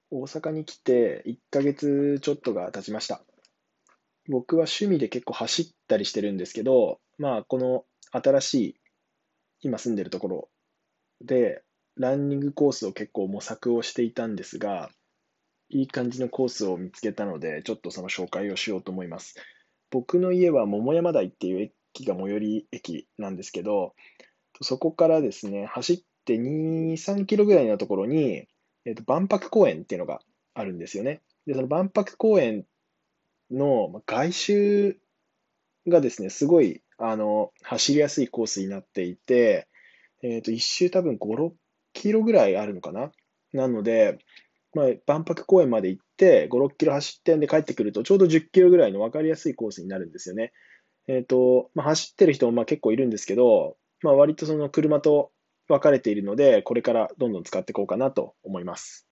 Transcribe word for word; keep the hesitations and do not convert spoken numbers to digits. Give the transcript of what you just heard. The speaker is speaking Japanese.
大阪に来ていっかげつちょっとが経ちました。僕は趣味で結構走ったりしてるんですけど、まあ、この新しい今住んでるところで、ランニングコースを結構模索をしていたんですが、いい感じのコースを見つけたので、ちょっとその紹介をしようと思います。僕の家は桃山台っていう駅が最寄り駅なんですけど、そこからですね、走ってに、さんキロぐらいのところに、えっと、万博公園っていうのがあるんですよね。で、その万博公園のまあ外周がですね、すごい、あの、走りやすいコースになっていて、えっと、一周多分ご、ろっキロぐらいあるのかな。なので、まあ、万博公園まで行って、ご、ろっキロ走ってんで帰ってくると、ちょうどじゅっキロぐらいの分かりやすいコースになるんですよね。えっと、まあ、走ってる人もまあ結構いるんですけど、まあ、割とその車と分かれているので、これからどんどん使っていこうかなと思います。